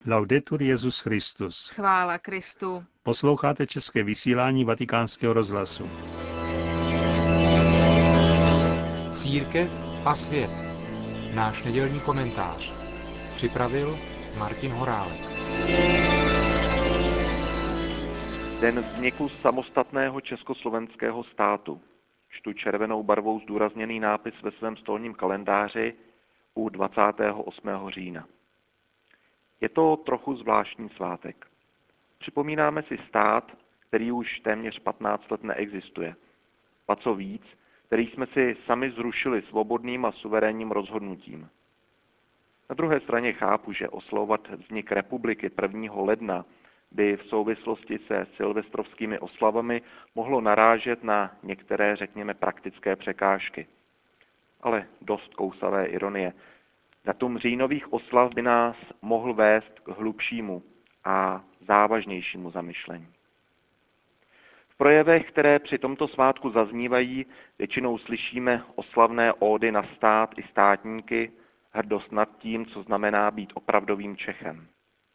Laudetur Jesus Christus. Chvála Kristu. Posloucháte české vysílání Vatikánského rozhlasu. Církev a svět. Náš nedělní komentář. Připravil Martin Horálek. Den vzniku samostatného československého státu. Čtu červenou barvou zdůrazněný nápis ve svém stolním kalendáři u 28. října. Je to trochu zvláštní svátek. Připomínáme si stát, který už téměř 15 let neexistuje. A co víc, který jsme si sami zrušili svobodným a suverénním rozhodnutím. Na druhé straně chápu, že oslavovat vznik republiky 1. ledna by v souvislosti se silvestrovskými oslavami mohlo narážet na některé, řekněme, praktické překážky. Ale dost kousavé ironie. Datum říjnových oslav by nás mohl vést k hlubšímu a závažnějšímu zamyšlení. V projevech, které při tomto svátku zaznívají, většinou slyšíme oslavné ódy na stát i státníky, hrdost nad tím, co znamená být opravdovým Čechem.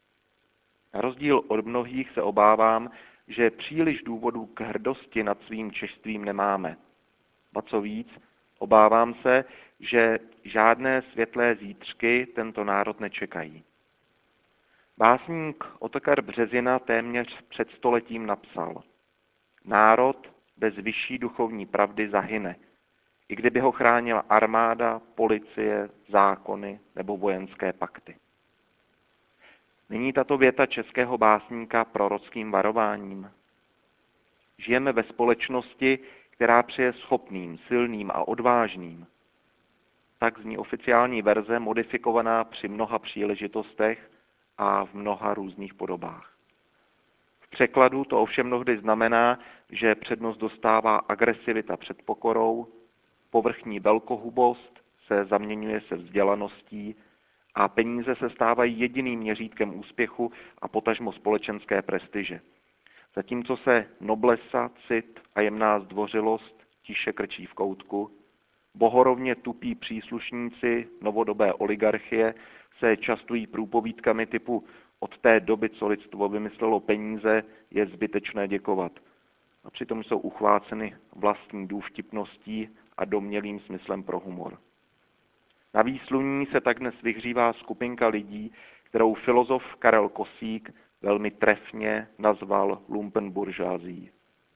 Na rozdíl od mnohých se obávám, že příliš důvodů k hrdosti nad svým češstvím nemáme. A co víc, obávám se, že žádné světlé zítřky tento národ nečekají. Básník Otakar Březina téměř před stoletím napsal: Národ bez vyšší duchovní pravdy zahyne, i kdyby ho chránila armáda, policie, zákony nebo vojenské pakty. Není tato věta českého básníka prorockým varováním? Žijeme ve společnosti, která přeje schopným, silným a odvážným. Tak zní oficiální verze modifikovaná při mnoha příležitostech a v mnoha různých podobách. V překladu to ovšem mnohdy znamená, že přednost dostává agresivita před pokorou, povrchní velkohubost se zaměňuje se vzdělaností a peníze se stávají jediným měřítkem úspěchu a potažmo společenské prestiže. Zatímco se noblesa, cit a jemná zdvořilost tiše krčí v koutku, bohorovně tupí příslušníci novodobé oligarchie se častují průpovídkami typu od té doby, co lidstvo vymyslelo peníze, je zbytečné děkovat. A přitom jsou uchváceny vlastní důvtipností a domnělým smyslem pro humor. Na výsluní se tak dnes vyhřívá skupinka lidí, kterou filozof Karel Kosík velmi trefně nazval lumpenburžázií.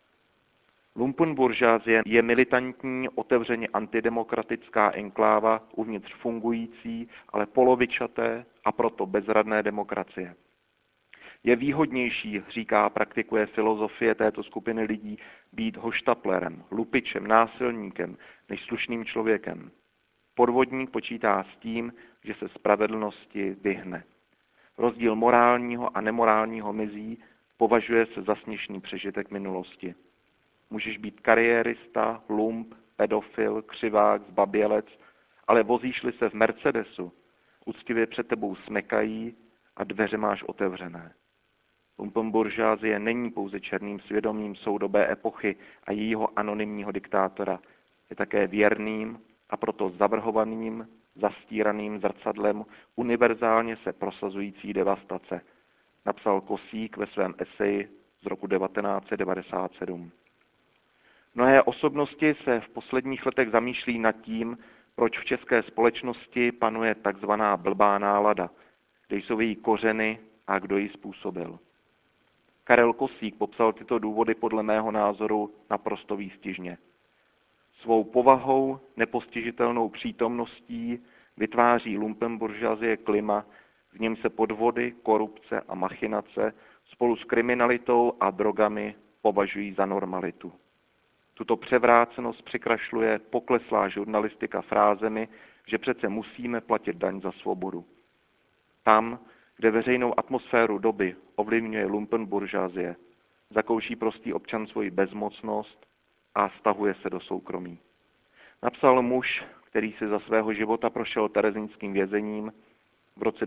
Lumpenburžázie je militantní, otevřeně antidemokratická enkláva uvnitř fungující, ale polovičaté a proto bezradné demokracie. Je výhodnější, říká a praktikuje filozofie této skupiny lidí, být hoštaplerem, lupičem, násilníkem, než slušným člověkem. Podvodník počítá s tím, že se spravedlnosti vyhne. Rozdíl morálního a nemorálního mizí, považuje se za směšný přežitek minulosti. Můžeš být kariérista, lump, pedofil, křivák, zbabělec, ale vozíš-li se v Mercedesu, úctivě před tebou smekají a dveře máš otevřené. Lumpenburžázie není pouze černým svědomím soudobé epochy a jejího anonymního diktátora. Je také věrným a proto zavrhovaným, zastíraným zrcadlem univerzálně se prosazující devastace, napsal Kosík ve svém eseji z roku 1997. Mnohé osobnosti se v posledních letech zamýšlí nad tím, proč v české společnosti panuje takzvaná blbá nálada, kde jsou její kořeny a kdo ji způsobil. Karel Kosík popsal tyto důvody podle mého názoru naprosto výstižně. Svou povahou, nepostižitelnou přítomností vytváří lumpenburžázie klima, v něm se podvody, korupce a machinace spolu s kriminalitou a drogami považují za normalitu. Tuto převrácenost přikrašluje pokleslá žurnalistika frázemi, že přece musíme platit daň za svobodu. Tam, kde veřejnou atmosféru doby ovlivňuje lumpenburžázie, zakouší prostý občan svoji bezmocnost a stahuje se do soukromí. Napsal muž, který si za svého života prošel terezínským vězením. V roce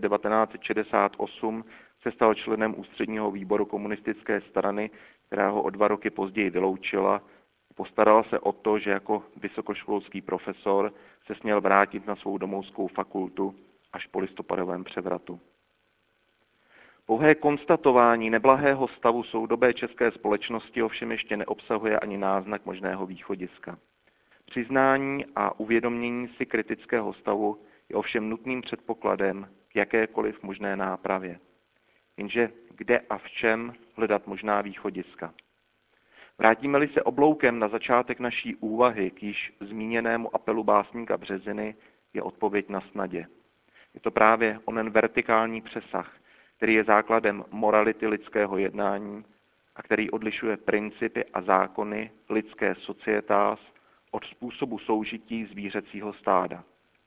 1968 se stal členem ústředního výboru komunistické strany, která ho o 2 roky později vyloučila. Postarala se o to, že jako vysokoškolský profesor se směl vrátit na svou domovskou fakultu až po listopadovém převratu. Pouhé konstatování neblahého stavu soudobé české společnosti ovšem ještě neobsahuje ani náznak možného východiska. Přiznání a uvědomění si kritického stavu je ovšem nutným předpokladem k jakékoliv možné nápravě. Jenže kde a v čem hledat možná východiska? Vrátíme-li se obloukem na začátek naší úvahy k již zmíněnému apelu básníka Březiny, je odpověď na snadě. Je to právě onen vertikální přesah, který je základem morality lidského jednání a který odlišuje principy a zákony lidské societas od způsobu soužití zvířecího stáda.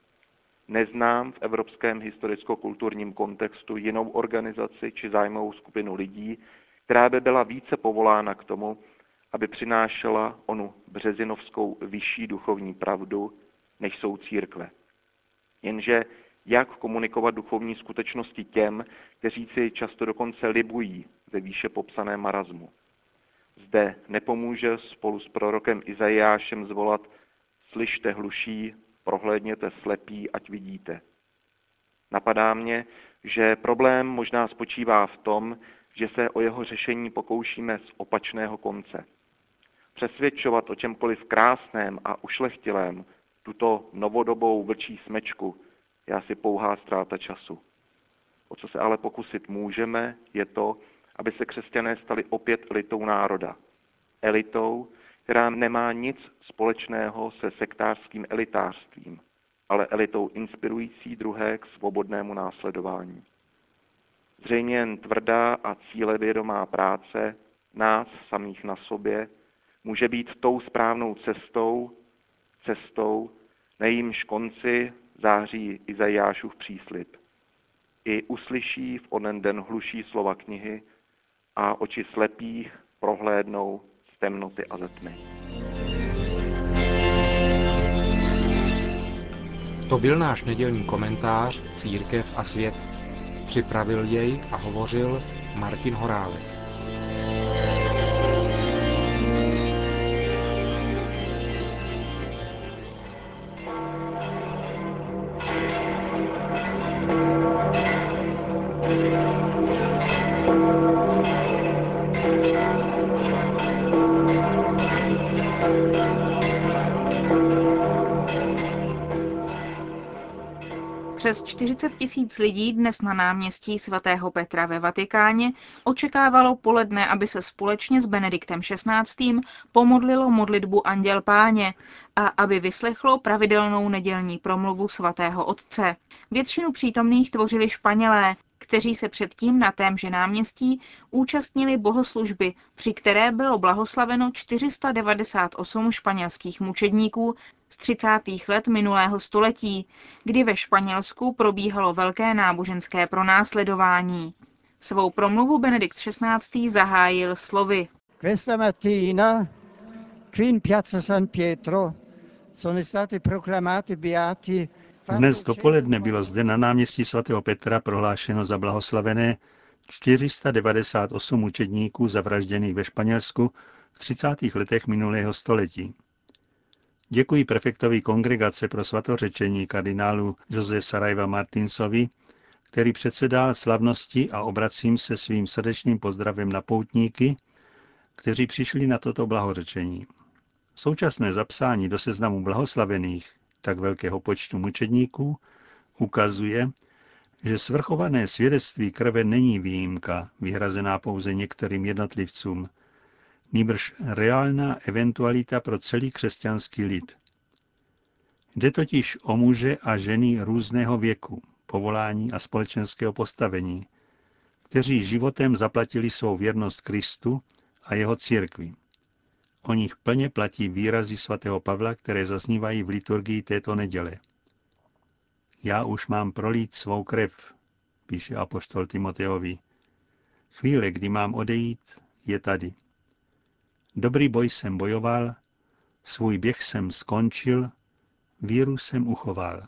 Neznám v evropském historicko-kulturním kontextu jinou organizaci či zájmovou skupinu lidí, která by byla více povolána k tomu, aby přinášela onu březinovskou vyšší duchovní pravdu, než jsou církve. Jenže jak komunikovat duchovní skutečnosti těm, kteří si často dokonce libují ve výše popsaném marazmu? Zde nepomůže spolu s prorokem Izajášem zvolat: slyšte hluší, prohlédněte slepí, ať vidíte. Napadá mě, že problém možná spočívá v tom, že se o jeho řešení pokoušíme z opačného konce. Přesvědčovat o čemkoliv krásném a ušlechtilém tuto novodobou vlčí smečku je asi pouhá ztráta času. O co se ale pokusit můžeme, je to, aby se křesťané stali opět elitou národa. Elitou, která nemá nic společného se sektářským elitářstvím, ale elitou inspirující druhé k svobodnému následování. Zřejmě jen tvrdá a cílevědomá práce nás samých na sobě může být tou správnou cestou, na jejímž konci září Izajášův příslib. I uslyší v onen den hluší slova knihy a oči slepých prohlédnou z temnoty a ze tmy. To byl náš nedělní komentář Církev a svět. Připravil jej a hovořil Martin Horálek. Přes 40 000 lidí dnes na náměstí svatého Petra ve Vatikáně očekávalo poledne, aby se společně s Benediktem XVI. Pomodlilo modlitbu Anděl Páně a aby vyslechlo pravidelnou nedělní promluvu svatého otce. Většinu přítomných tvořili Španělé, kteří se předtím na témže náměstí účastnili bohoslužby, při které bylo blahoslaveno 498 španělských mučedníků z 30. let minulého století, kdy ve Španělsku probíhalo velké náboženské pronásledování. Svou promluvu Benedikt XVI. Zahájil slovy. Questa mattina, qui in Piazza San Pietro, sono stati proclamati beati. Dnes dopoledne bylo zde na náměstí svatého Petra prohlášeno za blahoslavené 498 mučedníků zavražděných ve Španělsku v 30. letech minulého století. Děkuji prefektovi Kongregace pro svatořečení kardinálu José Saraiva Martinsovi, který předsedal slavnosti, a obracím se svým srdečným pozdravem na poutníky, kteří přišli na toto blahořečení. Současné zapsání do seznamu blahoslavených tak velkého počtu mučedníků ukazuje, že svrchované svědectví krve není výjimka, vyhrazená pouze některým jednotlivcům, nýbrž reálná eventualita pro celý křesťanský lid. Jde totiž o muže a ženy různého věku, povolání a společenského postavení, kteří životem zaplatili svou věrnost Kristu a jeho církvi. O nich plně platí výrazy svatého Pavla, které zaznívají v liturgii této neděle. Já už mám prolít svou krev, píše apoštol Timoteovi. Chvíle, kdy mám odejít, je tady. Dobrý boj jsem bojoval, svůj běh jsem skončil, víru jsem uchoval.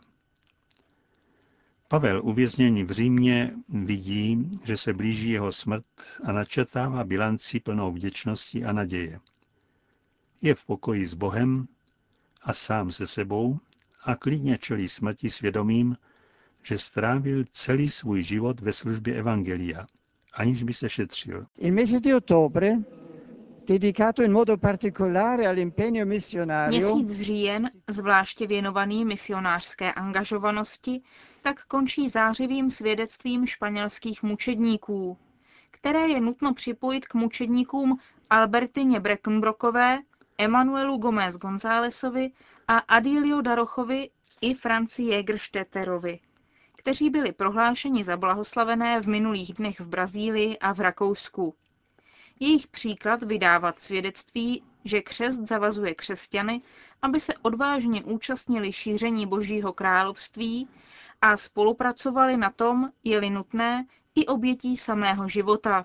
Pavel uvězněný v Římě vidí, že se blíží jeho smrt a načetává bilanci plnou vděčnosti a naděje. Je v pokoji s Bohem a sám se sebou a klidně čelí smrti svědomím, že strávil celý svůj život ve službě evangelia aniž by se šetřil. Il mese di ottobre, dedicato in modo particolare all'impegno missionario, Měsíc říjen, zvláště věnovaný misionářské angažovanosti, tak končí zářivým svědectvím španělských mučedníků, které je nutno připojit k mučedníkům Albertině Breckenbrockové, Emanuelu Gómez Gonzálesovi a Adilio Darochovi i Franci Jägerstätterovi, kteří byli prohlášeni za blahoslavené v minulých dnech v Brazílii a v Rakousku. Jejich příklad vydávat svědectví, že křest zavazuje křesťany, aby se odvážně účastnili šíření Božího království a spolupracovali na tom, je-li nutné, i obětí samého života.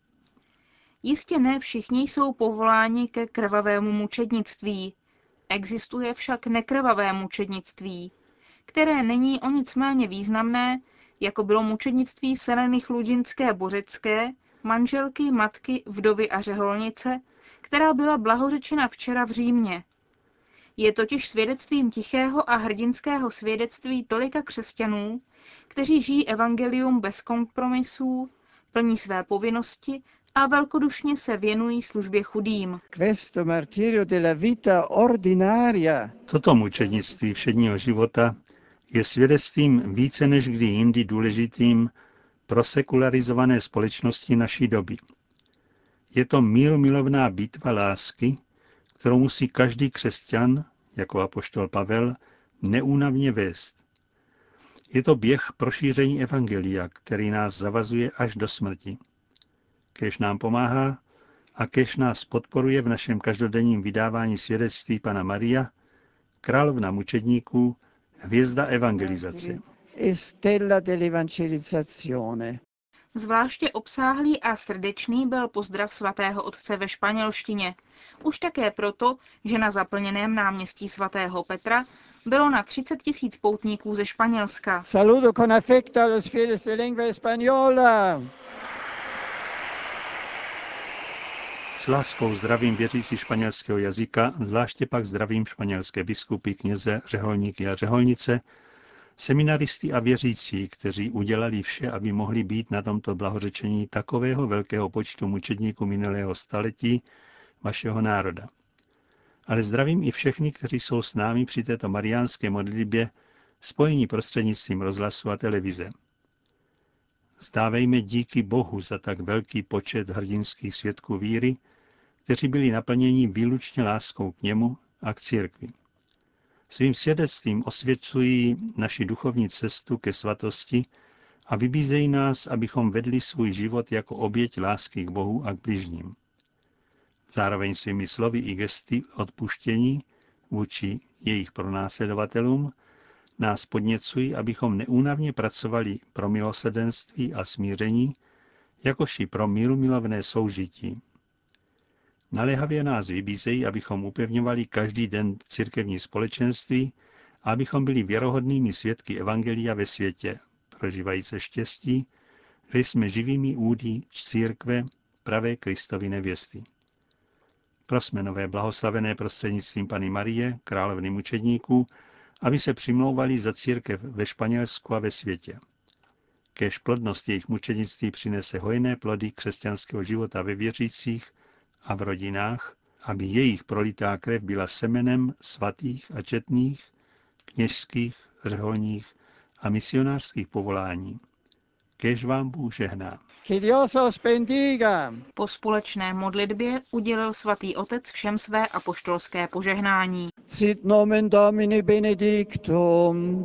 Jistě ne všichni jsou povoláni ke krvavému mučednictví. Existuje však nekrvavé mučednictví, které není o nic méně významné, jako bylo mučednictví Seleny Chludinské-Bořecké, manželky, matky, vdovy a řeholnice, která byla blahořečena včera v Římě. Je totiž svědectvím tichého a hrdinského svědectví tolika křesťanů, kteří žijí evangelium bez kompromisů, plní své povinnosti a velkodušně se věnují službě chudým. questo martirio della vita ordinaria, Toto mučednictví všedního života je svědectvím více než kdy jindy důležitým pro sekularizované společnosti naší doby. Je to mírumilovná bitva lásky, kterou musí každý křesťan, jako apoštol Pavel, neúnavně vést. Je to běh pro šíření evangelia, který nás zavazuje až do smrti. Kéž nám pomáhá a kéž nás podporuje v našem každodenním vydávání svědectví Panna Maria, královna mučedníků, hvězda evangelizace. e stella dell'evangelizzazione. Zvláště obsáhlý a srdečný byl pozdrav svatého otce ve španělštině. Už také proto, že na zaplněném náměstí svatého Petra bylo na 30 000 poutníků ze Španělska. Saluto con affetto los fieles de lingua española. S láskou zdravím věřící španělského jazyka, zvláště pak zdravím španělské biskupy, kněze, řeholníky a řeholnice, seminaristy a věřící, kteří udělali vše, aby mohli být na tomto blahořečení takového velkého počtu mučedníků minulého staletí vašeho národa. Ale zdravím i všechny, kteří jsou s námi při této mariánské modlitbě spojení prostřednictvím rozhlasu a televize. Vzdávejme díky Bohu za tak velký počet hrdinských svědků víry, kteří byli naplněni výlučně láskou k němu a k církvi. Svým svědectvím osvědčují naši duchovní cestu ke svatosti a vybízejí nás, abychom vedli svůj život jako oběť lásky k Bohu a k bližním. Zároveň svými slovy i gesty odpuštění vůči jejich pronásledovatelům nás podněcují, abychom neúnavně pracovali pro milosrdenství a smíření, jakož i pro mírumilovné soužití. Naléhavě nás vybízejí, abychom upevňovali každý den církevní společenství a abychom byli věrohodnými svědky evangelia ve světě, prožívající štěstí, že jsme živými údy církve pravé Kristovy nevěsty. Prosme nové blahoslavené prostřednictvím Panny Marie, královny mučedníků, aby se přimlouvali za církev ve Španělsku a ve světě. Kéž plodnost jejich mučednictví přinese hojné plody křesťanského života ve věřících a v rodinách, aby jejich prolitá krev byla semenem svatých a četných, kněžských, řeholních a misionářských povolání. Kéž vám Bůh žehná. Che Dios os bendiga. Po společné modlitbě udělil svatý otec všem své apoštolské požehnání. Sit nomen Domini benedictum.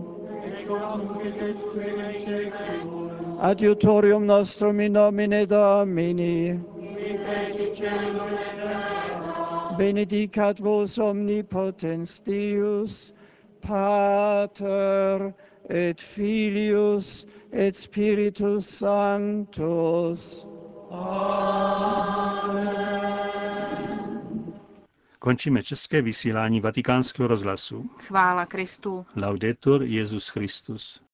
Adiutorium nostrum in nomine Domini. Benedicat vos omnipotens Deus, Pater et Filius et Spiritus Sanctus. Končíme české vysílání Vatikánského rozhlasu. Chvála Kristu. Laudetur Jesus Christus.